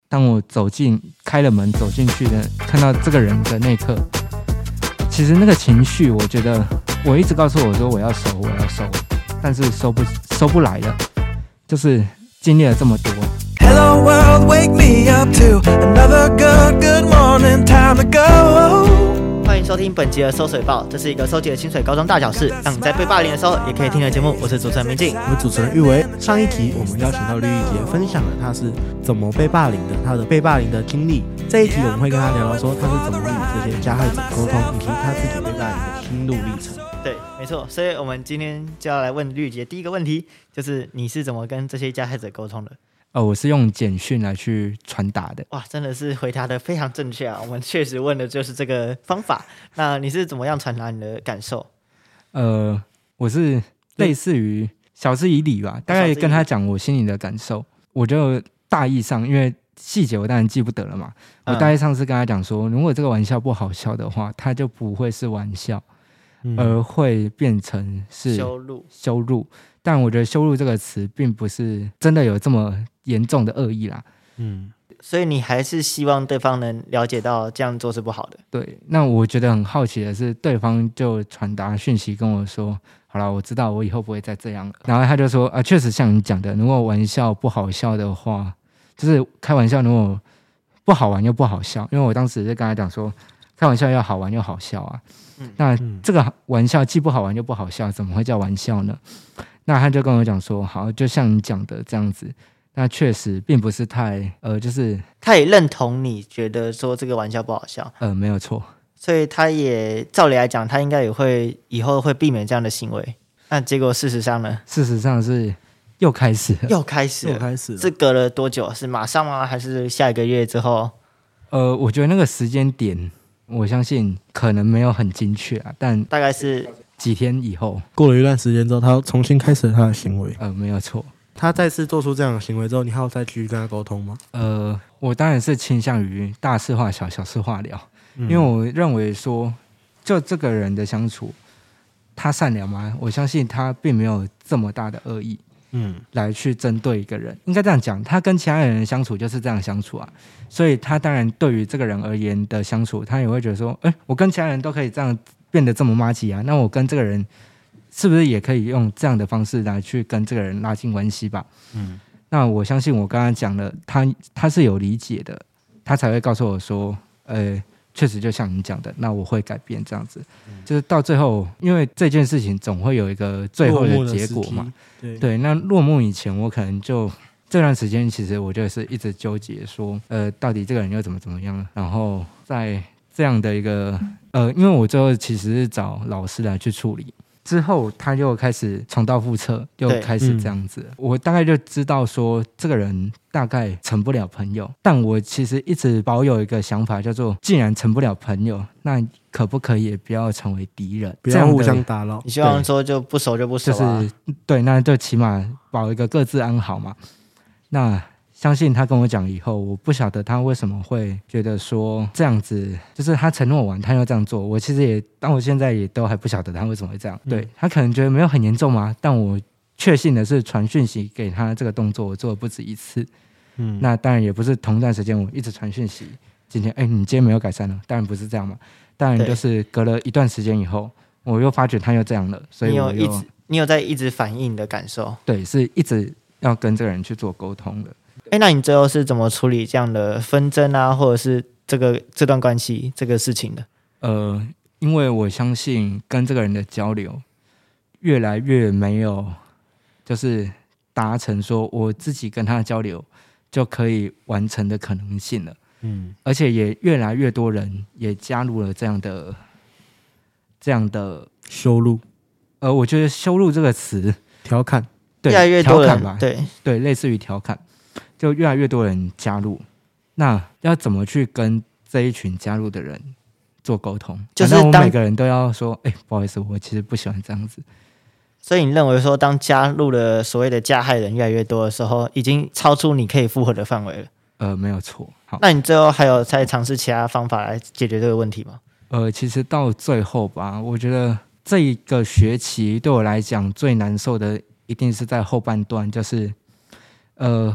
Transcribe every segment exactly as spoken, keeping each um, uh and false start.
当我走进开了门走进去的，看到这个人的那一刻，其实那个情绪，我觉得我一直告诉我说我要收，我要收，但是收不收不来了，就是经历了这么多。 Hello world, wake me up to another good, good morning, time to go. 欢迎收听本集的搜水报，这是一个收集的清水高中大小事，让你在被霸凌的时候也可以听的节目。我是主持人明静， 我是主持人玉维。上一集我们邀请到绿玉洁分享了他是怎么被霸凌的，他的被霸凌的经历。这一集我们会跟他聊聊说他是怎么与这些加害者沟通，以及他自己被霸凌的心路历程。 对，没错。所以我们今天就要来问绿玉洁第一个问题，就是你是怎么跟这些加害者沟通的？ 呃，我是用简讯来去传达的。 哇，真的是回答的非常正确啊！我们确实问的就是这个方法。那你是怎么样传达你的感受？ 呃，我是类似于晓之以理吧，大概跟他讲我心里的感受。我就大意上，因为细节我当然记不得了嘛。我大意上是跟他讲说，如果这个玩笑不好笑的话，它就不会是玩笑，嗯、而会变成是羞辱。 羞辱。但我觉得羞辱这个词并不是真的有这么严重的恶意啦。嗯， 所以你还是希望对方能了解到这样做是不好的。 对，那我觉得很好奇的是，对方就传达讯息跟我说，好了，我知道我以后不会再这样了。然后他就说啊，确实像你讲的，如果玩笑不好笑的话，就是开玩笑如果不好玩又不好笑，因为我当时就跟他讲说，开玩笑要好玩又好笑啊。嗯、那这个玩笑既不好玩又不好笑，怎么会叫玩笑呢？那他就跟我讲说，好，就像你讲的这样子，那确实并不是太呃，就是他也认同你觉得说这个玩笑不好笑， 呃，没有错， 所以他也照理来讲，他应该也会以后会避免这样的行为。那结果事实上呢？ 事实上是又开始了， 又开始了， 又开始了。 是隔了多久？是马上吗？还是下一个月之后？ 呃，我觉得那个时间点，我相信可能没有很精确啊，但大概是。 几天以后， 过了一段时间之后，他重新开始了他的行为。 呃，没有错。 他再次做出这样的行为之后，你还要再继续跟他沟通吗？ 呃，我当然是倾向于大事化小，小事化了，嗯、因为我认为说，就这个人的相处，他善良吗？我相信他并没有这么大的恶意，嗯，来去针对一个人。应该这样讲，他跟其他人的相处就是这样相处啊，所以他当然对于这个人而言的相处，他也会觉得说，哎，我跟其他人都可以这样。变得这么麻吉啊，那我跟这个人是不是也可以用这样的方式来去跟这个人拉近关系吧？嗯，那我相信我刚刚讲了，他他是有理解的，他才会告诉我说，呃，确实就像你讲的，那我会改变这样子。嗯、就是到最后，因为这件事情总会有一个最后的结果嘛，对对。那落幕以前，我可能就这段时间，其实我就是一直纠结说，呃，到底这个人又怎么怎么样了，然后在。这样的一个呃，因为我最后其实是找老师来去处理，之后他又开始重蹈覆辙，又开始这样子，嗯、我大概就知道说这个人大概成不了朋友，但我其实一直保有一个想法，叫做既然成不了朋友，那可不可以也不要成为敌人， 不要互相打扰？ 你希望说就不熟就不熟、啊， 就是对，那就起码保一个各自安好嘛。那。相信他跟我讲以后，我不晓得他为什么会觉得说这样子，就是他承诺完他要这样做。我其实也，但我现在也都还不晓得他为什么会这样。嗯、对他可能觉得没有很严重嘛，但我确信的是传讯息给他这个动作，我做了不止一次。嗯，那当然也不是同一段时间我一直传讯息。今天，哎，你今天没有改善了？当然不是这样嘛，当然就是隔了一段时间以后，我又发觉他又这样了，所以我又你有一直你有在一直反映你的感受？ 对，是一直要跟这个人去做沟通的。 哎，那你最后是怎么处理这样的纷争啊，或者是这个这段关系这个事情的？ 呃，因为我相信跟这个人的交流越来越没有，就是达成说我自己跟他的交流就可以完成的可能性了。嗯，而且也越来越多人也加入了这样的这样的羞辱。 呃，我觉得羞辱这个词， 调侃， 对， 越来越多人调侃吧， 对对，类似于调侃。就越来越多人加入，那要怎么去跟这一群加入的人做沟通？ 就是我每个人都要说，哎、欸，不好意思，我其实不喜欢这样子。 所以你认为说，当加入了所谓的加害人越来越多的时候，已经超出你可以负荷的范围了？ 呃，没有错。好， 那你最后还有再尝试其他方法来解决这个问题吗？ 呃，其实到最后吧，我觉得这一个学期对我来讲最难受的，一定是在后半段，就是呃。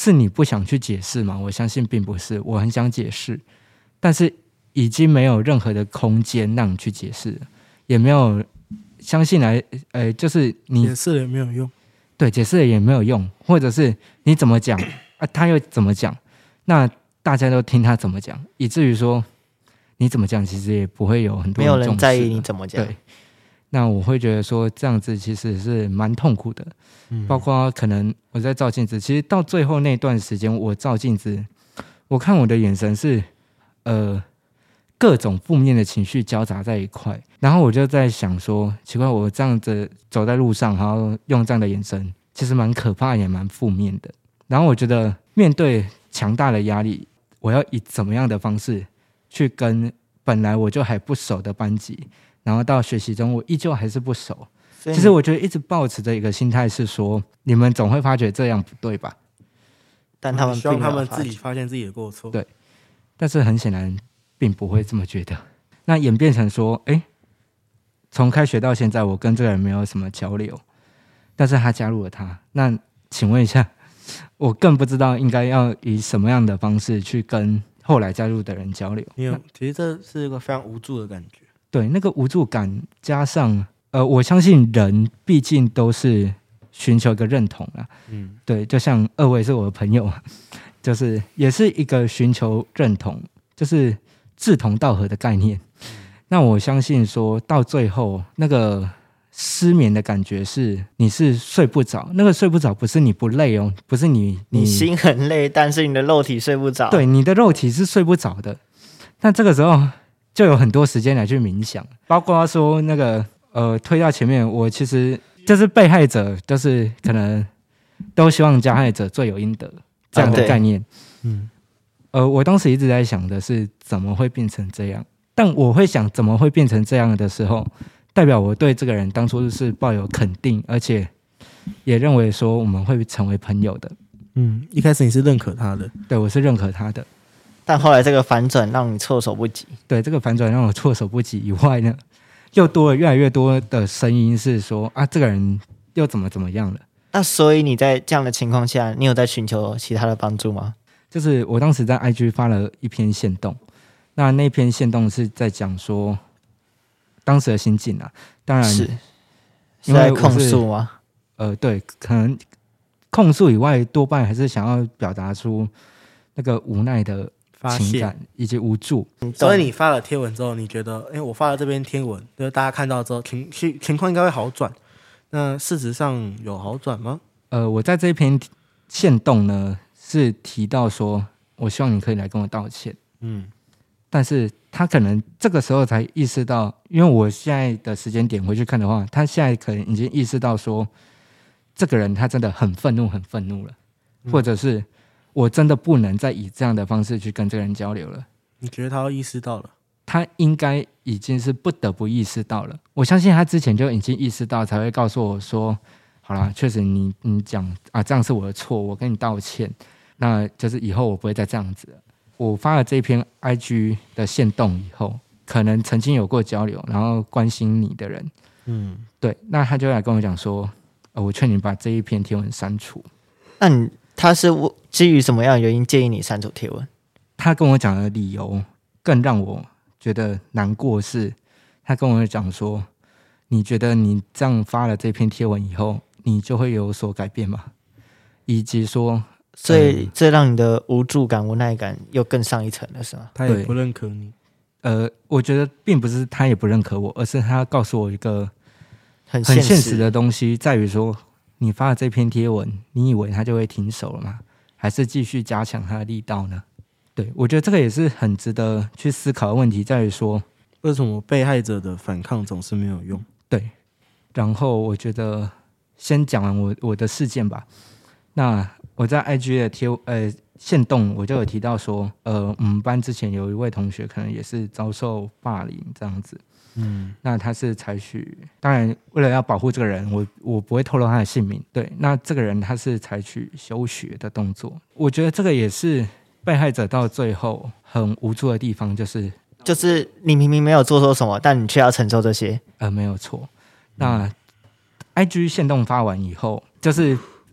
是你不想去解释吗？我相信并不是，我很想解释，但是已经没有任何的空间让你去解释了，也没有相信来，呃，就是你解释了也没有用， 对，解释了也没有用，或者是你怎么讲啊，他又怎么讲，那大家都听他怎么讲，以至于说你怎么讲，其实也不会有很多没有人重视在意你怎么讲。 对，那我会觉得说这样子其实是蛮痛苦的， 嗯包括可能我在照镜子，其实到最后那段时间，我照镜子，我看我的眼神是呃各种负面的情绪交杂在一块，然后我就在想说，奇怪，我这样子走在路上，然后用这样的眼神，其实蛮可怕，也蛮负面的。然后我觉得面对强大的压力，我要以怎么样的方式去跟本来我就还不熟的班级，然后到学习中我依旧还是不熟。其实我觉得一直抱持着一个心态是说，你们总会发觉这样不对吧？ 但他们希望他并没有发觉们自己发现自己的过错。 对但是很显然并不会这么觉得。那演变成说，哎，从开学到现在，我跟这个人没有什么交流，但是他加入了他。那请问一下，我更不知道应该要以什么样的方式去跟后来加入的人交流。 你有，其实这是一个非常无助的感觉。 对，那个无助感加上，呃，我相信人毕竟都是寻求一个认同啦。 嗯， 对，就像二位是我的朋友，就是也是一个寻求认同，就是志同道合的概念。那我相信说到最后，那个失眠的感觉是你是睡不着，那个睡不着不是你不累哦，不是你你你心很累，但是你的肉体睡不着。 对，你的肉体是睡不着的。那这个时候就有很多时间来去冥想，包括说那个呃推到前面，我其实就是被害者，就是可能都希望加害者罪有应得这样的概念。 嗯， 呃，我当时一直在想的是怎么会变成这样，但我会想怎么会变成这样的时候，代表我对这个人当初是抱有肯定，而且也认为说我们会成为朋友的。 嗯，一开始你是认可他的， 对，我是认可他的。 但后来这个反转让你措手不及。 对，这个反转让我措手不及以外呢，又多了越来越多的声音是说啊，这个人又怎么怎么样了。 那所以你在这样的情况下，你有在寻求其他的帮助吗？ 就是我当时在 I G 发了一篇限动，那那篇限动是在讲说当时的心境啊，当然是是因为我在控是诉吗？ 呃，对，可能控诉以外，多半还是想要表达出那个无奈的发泄情感以及无助。 所以你发了贴文之后，你觉得，哎，我发了这篇贴文，就是大家看到之后，情绪情况应该会好转。那事实上有好转吗？ 呃，我在这一篇限动呢，是提到说，我希望你可以来跟我道歉。 嗯， 但是他可能这个时候才意识到，因为我现在的时间点回去看的话，他现在可能已经意识到说，这个人他真的很愤怒，很愤怒了， 嗯、 或者是我真的不能再以这样的方式去跟这个人交流了。 你觉得他意识到了？ 他应该已经是不得不意识到了。我相信他之前就已经意识到，才会告诉我说：“好啦，确实你你讲啊，这样是我的错，我跟你道歉。那就是以后我不会再这样子了。”我发了这篇 I G 的限动以后，可能曾经有过交流，然后关心你的人， 嗯， 对，那他就来跟我讲说：“呃，我劝你把这一篇贴文删除。” 那你他是基于什么样的原因建议你删除贴文？ 他跟我讲的理由更让我觉得难过是，他跟我讲说，你觉得你这样发了这篇贴文以后，你就会有所改变吗？以及说， 所以这让你的无助感、无奈感又更上一层了，是吗？ 他也不认可你。 呃，我觉得并不是他也不认可我，而是他告诉我一个很很现实实的东西，在于说，你发了这篇贴文，你以为他就会停手了吗？还是继续加强他的力道呢？对，我觉得这个也是很值得去思考的问题，在于说， 为什么被害者的反抗总是没有用？ 对，然后我觉得先讲完我我的事件吧。那我在 I G 的贴呃限动，我就有提到说，呃，我们班之前有一位同学可能也是遭受霸凌这样子。 嗯， 那他是采取，当然为了要保护这个人，我我不会透露他的姓名。对，那这个人他是采取休学的动作，我觉得这个也是被害者到最后很无助的地方，就是就是你明明没有做错什么，但你却要承受这些。 呃，没有错。那 I G 限动发完以后，就是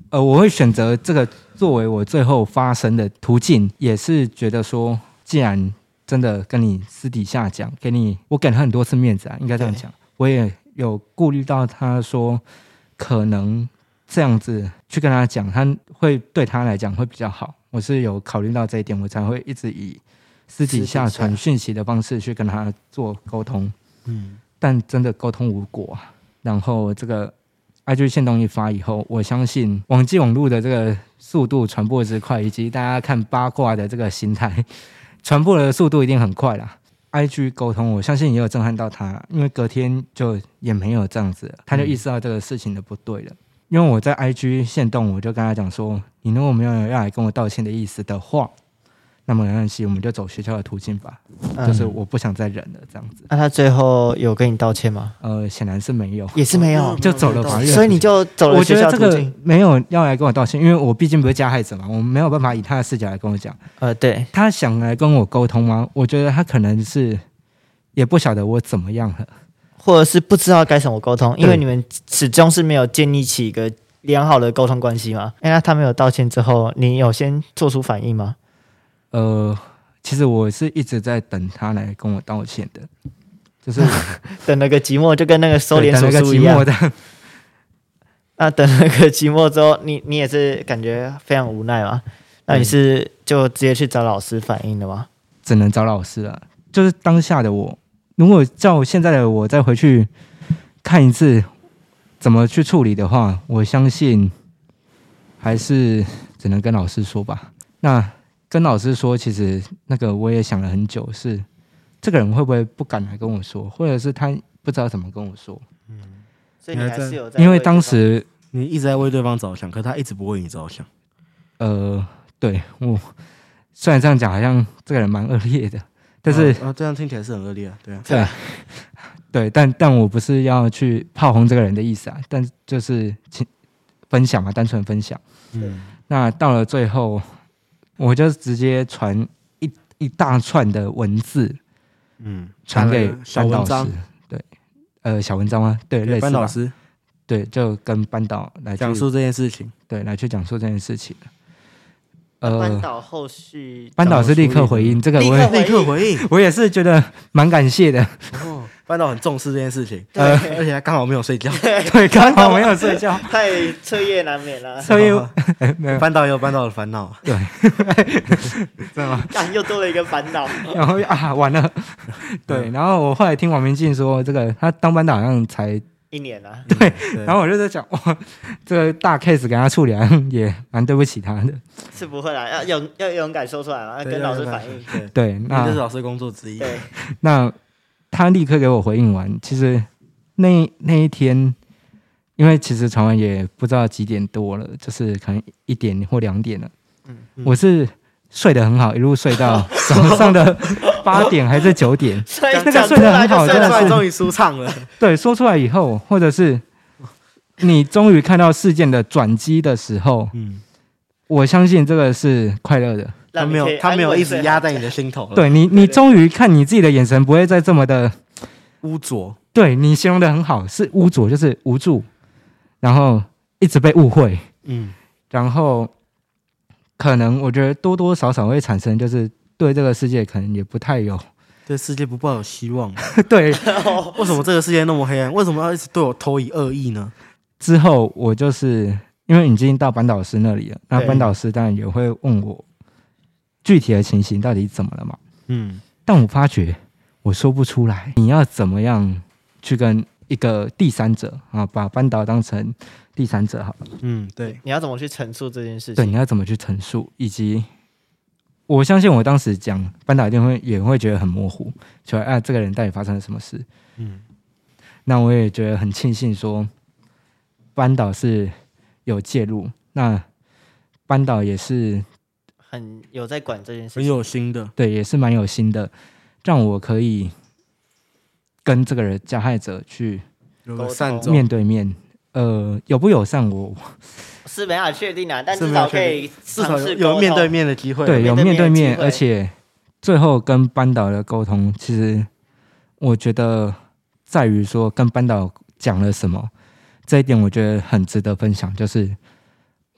呃，我会选择这个作为我最后发声的途径，也是觉得说，既然真的跟你私底下讲，给你我给他很多次面子啊，应该这样讲，我也有顾虑到他说可能这样子去跟他讲，他会对他来讲会比较好。我是有考虑到这一点，我才会一直以私底下传讯息的方式去跟他做沟通。嗯，但真的沟通无果啊。然后这个 I G 限动一发以后，我相信网际网络的这个速度传播之快，以及大家看八卦的这个心态，传播的速度一定很快啦。I G 沟通，我相信也有震撼到他，因为隔天就也没有这样子了，他就意识到这个事情的不对了。因为我在 I G 限动，我就跟他讲说，你如果没有要来跟我道歉的意思的话，那么没关系，我们就走学校的途径吧，嗯、就是我不想再忍了这样子。 那他最后有跟你道歉吗？ 呃，显然是没有， 也是没有， 就走了法律。 所以你就走了学校途径。 我觉得这个没有要来跟我道歉，因为我毕竟不是加害者嘛，我没有办法以他的视角来跟我讲。 呃，对， 他想来跟我沟通吗？我觉得他可能是也不晓得我怎么样了。 或者是不知道该怎么沟通，因为你们始终是没有建立起一个良好的沟通关系嘛。哎，那他没有道歉之后，你有先做出反应吗？ 呃，其实我是一直在等他来跟我道歉的，就是等了个寂寞，就跟那个收敛手术一样。 等了个寂寞的。 那等了个寂寞之后，你你也是感觉非常无奈嘛？那你是就直接去找老师反映的吗？ 只能找老师了。就是当下的我。如果叫现在的我再回去看一次怎么去处理的话，我相信还是只能跟老师说吧。那跟老师说，其实那个我也想了很久，是这个人会不会不敢来跟我说，或者是他不知道怎么跟我说。嗯， 所以你还是有在， 因为当时你一直在为对方着想，可他一直不为你着想。 呃，对，我虽然这样讲，好像这个人蛮恶劣的。但是、 哦哦、这样听起来是很恶劣啊，对啊， 对，对，但但我不是要去炮轰这个人的意思啊，但就是分享嘛，单纯分享。嗯，那到了最后，我就直接传一一大串的文字，嗯，传给班导师，对，呃，小文章吗？对，类似班导师， 对，就跟班导来讲述这件事情， 对，来去讲述这件事情。 呃，班导后续， 班导是立刻回应这个，我也立刻回应， 我也是觉得蛮感谢的。 哦，班导很重视这件事情，呃，而且他刚好没有睡觉， 对，刚好没有睡觉， 太彻夜难眠了。 彻夜， 班导也有班导的烦恼， 对，知道吗？ 干又多了一个烦恼， 然后啊，完了，对，然后我后来听王明进说，这个他当班导好像才。 一年啊， 对，然后我就在讲，哇，这个大 case 给他处理，也蛮对不起他的。 是不会啦，要勇要勇敢说出来嘛，要跟老师反映。 对，对那这是老师工作之一。 对， 那他立刻给我回应完，其实那那一天，因为其实传完也不知道几点多了，就是可能一点或两点了。嗯，我是睡得很好，一路睡到早上的八点还是九点，那个睡得很好，真的是终于舒畅了。 对，说出来以后，或者是你终于看到事件的转机的时候，嗯，我相信这个是快乐的。 他没有，他没有一直压在你的心头了。 对你，你终于看你自己的眼神不会再这么的污浊。 对你形容的很好，是污浊，就是无助，然后一直被误会，嗯，然后。可能我觉得多多少少会产生，就是对这个世界可能也不太有， 对世界不抱有希望。 对， 为什么这个世界那么黑暗？为什么要一直对我投以恶意呢？ 之后我就是因为你已经到班导师那里了，那班导师当然也会问我具体的情形到底怎么了嘛。嗯，但我发觉我说不出来，你要怎么样去跟一个第三者啊，把班导当成第三者好了。 嗯，对， 你要怎么去陈述这件事情？ 对，你要怎么去陈述，以及我相信我当时讲，班导一定会也会觉得很模糊，觉得啊，这个人到底发生了什么事？嗯，那我也觉得很庆幸说，班导是有介入，那班导也是很有在管这件事情， 很有心的， 对，也是蛮有心的，让我可以跟这个人加害者去面对面。呃，友不友善我是没法确定啊，但至少可以至少有面对面的机会， 对，有面对面，而且最后跟班导的沟通，其实我觉得在于说跟班导讲了什么，这一点我觉得很值得分享，就是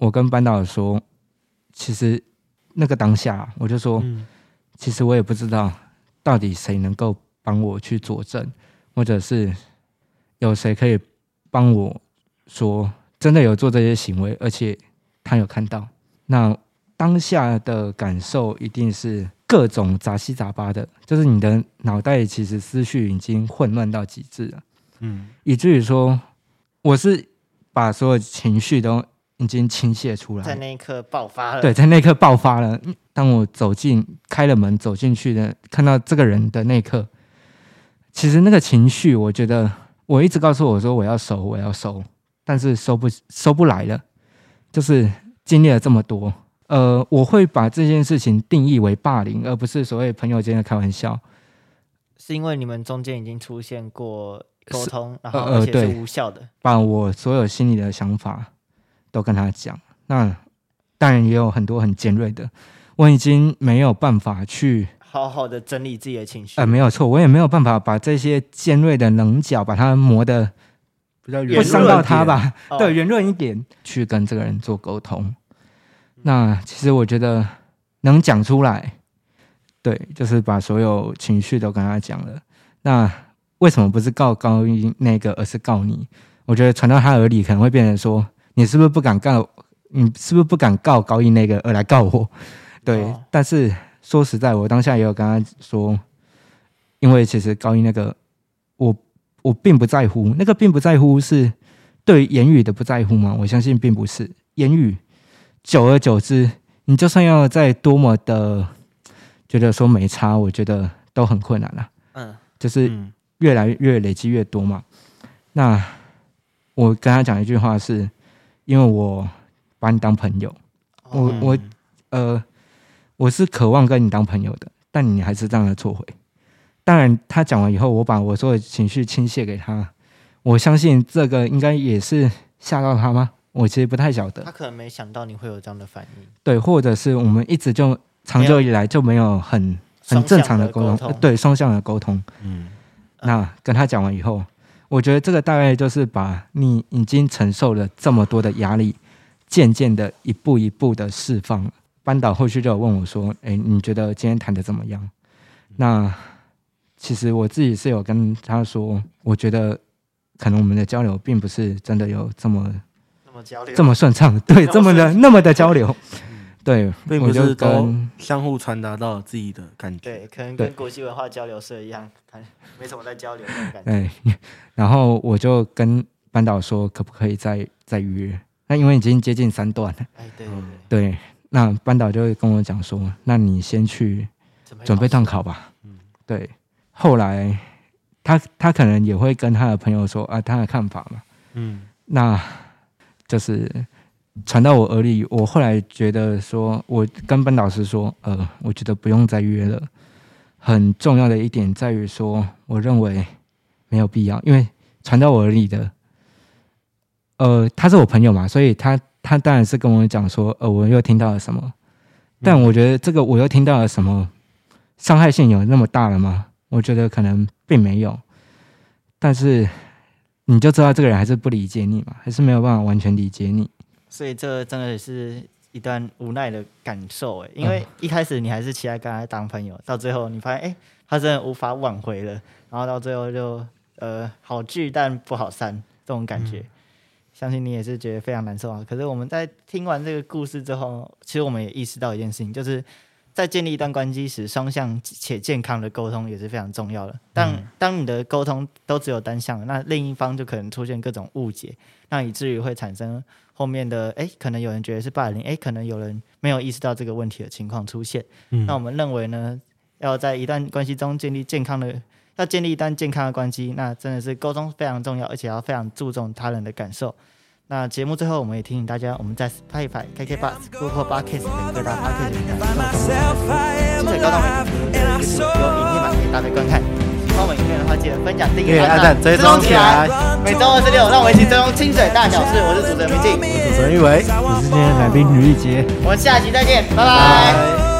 我跟班导说，其实那个当下我就说、嗯、其实我也不知道到底谁能够帮我去佐证，或者是有谁可以帮我说真的有做这些行为，而且他有看到。那当下的感受一定是各种杂七杂八的，就是你的脑袋其实思绪已经混乱到极致了，嗯，以至于说我是把所有情绪都已经倾泻出来， 在那一刻爆发了。 对，在那一刻爆发了。当我走进开了门走进去的，看到这个人的那一刻，其实那个情绪，我觉得我一直告诉我说我要收，我要收，但是收不收不来了，就是经历了这么多。呃，我会把这件事情定义为霸凌，而不是所谓朋友间的开玩笑。 是因为你们中间已经出现过沟通，然后而且是无效的、呃、 把我所有心里的想法都跟他讲。那当然也有很多很尖锐的，我已经没有办法去好好的整理自己的情绪。 呃，没有错，我也没有办法把这些尖锐的棱角把它磨得比较会伤到他吧，哦、对，圆润一点，去跟这个人做沟通。那其实我觉得能讲出来，对，就是把所有情绪都跟他讲了。那为什么不是告高一那个，而是告你？我觉得传到他耳里可能会变成说，你是不是不敢告？你是不是不敢告高一那个，而来告我？对，哦、但是说实在，我当下也有跟他说，因为其实高一那个，我我并不在乎，那个并不在乎是对言语的不在乎吗？我相信并不是言语。久而久之，你就算要再多么的觉得说没差，我觉得都很困难了。嗯，就是越来越累积越多嘛。那我跟他讲一句话是，因为我把你当朋友，我我呃我是渴望跟你当朋友的，但你还是这样的错回。当然，他讲完以后，我把我所有的情绪倾泻给他，我相信这个应该也是吓到他吗？我其实不太晓得， 他可能没想到你会有这样的反应， 对，或者是我们一直就长久以来就没有很很正常的沟通，通对，双向的沟通。嗯，那跟他讲完以后，我觉得这个大概就是把你已经承受了这么多的压力，渐渐的一步一步的释放。班导后续就有问我说：“哎，你觉得今天谈的怎么样？”那其实我自己是有跟他说，我觉得可能我们的交流并不是真的有这么。这么顺畅，对，这么的那么的交流，对， 并不是都相互传达到自己的感觉， 对，可能跟国际文化交流社一样，没什么在交流那种感觉。 对，然后我就跟班导说，可不可以再再约？那因为已经接近三段了， 哎，对对对， 对，那班导就会跟我讲说，那你先去准备段考吧。嗯，对，后来他他可能也会跟他的朋友说啊，他的看法嘛，嗯，那。就是传到我耳里，我后来觉得说，我跟班导师说，呃，我觉得不用再约了。很重要的一点在于说，我认为没有必要，因为传到我耳里的，呃，他是我朋友嘛，所以他他当然是跟我讲说，呃，我又听到了什么。但我觉得这个我又听到了什么，伤害性有那么大了吗？我觉得可能并没有，但是。你就知道这个人还是不理解你嘛，还是没有办法完全理解你， 所以这真的是一段无奈的感受哎，因为一开始你还是期待跟他当朋友，到最后你发现哎，他真的无法挽回了，然后到最后就呃好聚但不好散这种感觉，嗯、相信你也是觉得非常难受啊。可是我们在听完这个故事之后，其实我们也意识到一件事情，就是在建立一段关系时，双向且健康的沟通也是非常重要的。但、嗯、当你的沟通都只有单向的，那另一方就可能出现各种误解，那以至于会产生后面的哎，可能有人觉得是霸凌，哎，可能有人没有意识到这个问题的情况出现。嗯、那我们认为呢，要在一段关系中建立健康的，要建立一段健康的关系，那真的是沟通非常重要，而且要非常注重他人的感受。那节目最后，我们也提醒大家，我们在 Spotify、K K B O X、Google Podcast 等各大 Podcast 平台都有同步精彩高档美食，有影片版可以搭配观看。喜欢我们影片的话，记得分享、订阅、按赞、追踪起来。每周二十六，让我们一起追踪清水大小事。我是主持人明静， 我是主持人玉伟， 我是今天的来宾吕玉杰。 我们下期再见，拜拜。